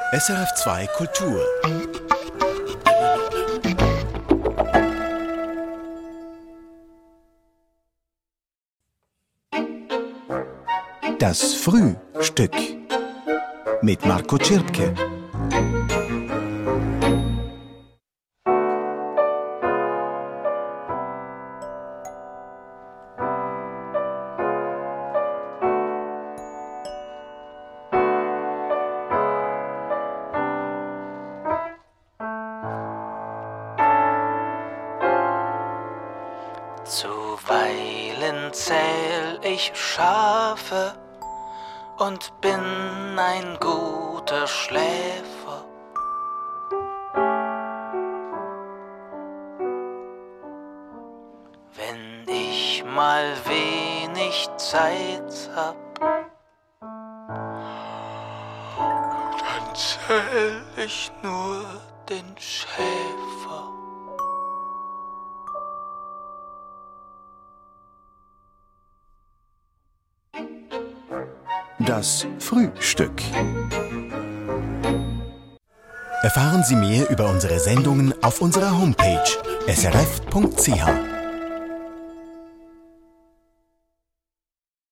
SRF2 Kultur. Das Frühstück mit Marco Czirpke. Zuweilen zähl ich Schafe und bin ein guter Schläfer. Wenn ich mal wenig Zeit hab, dann zähl ich nur den Schäfer. Das Frühstück. Erfahren Sie mehr über unsere Sendungen auf unserer Homepage srf.ch.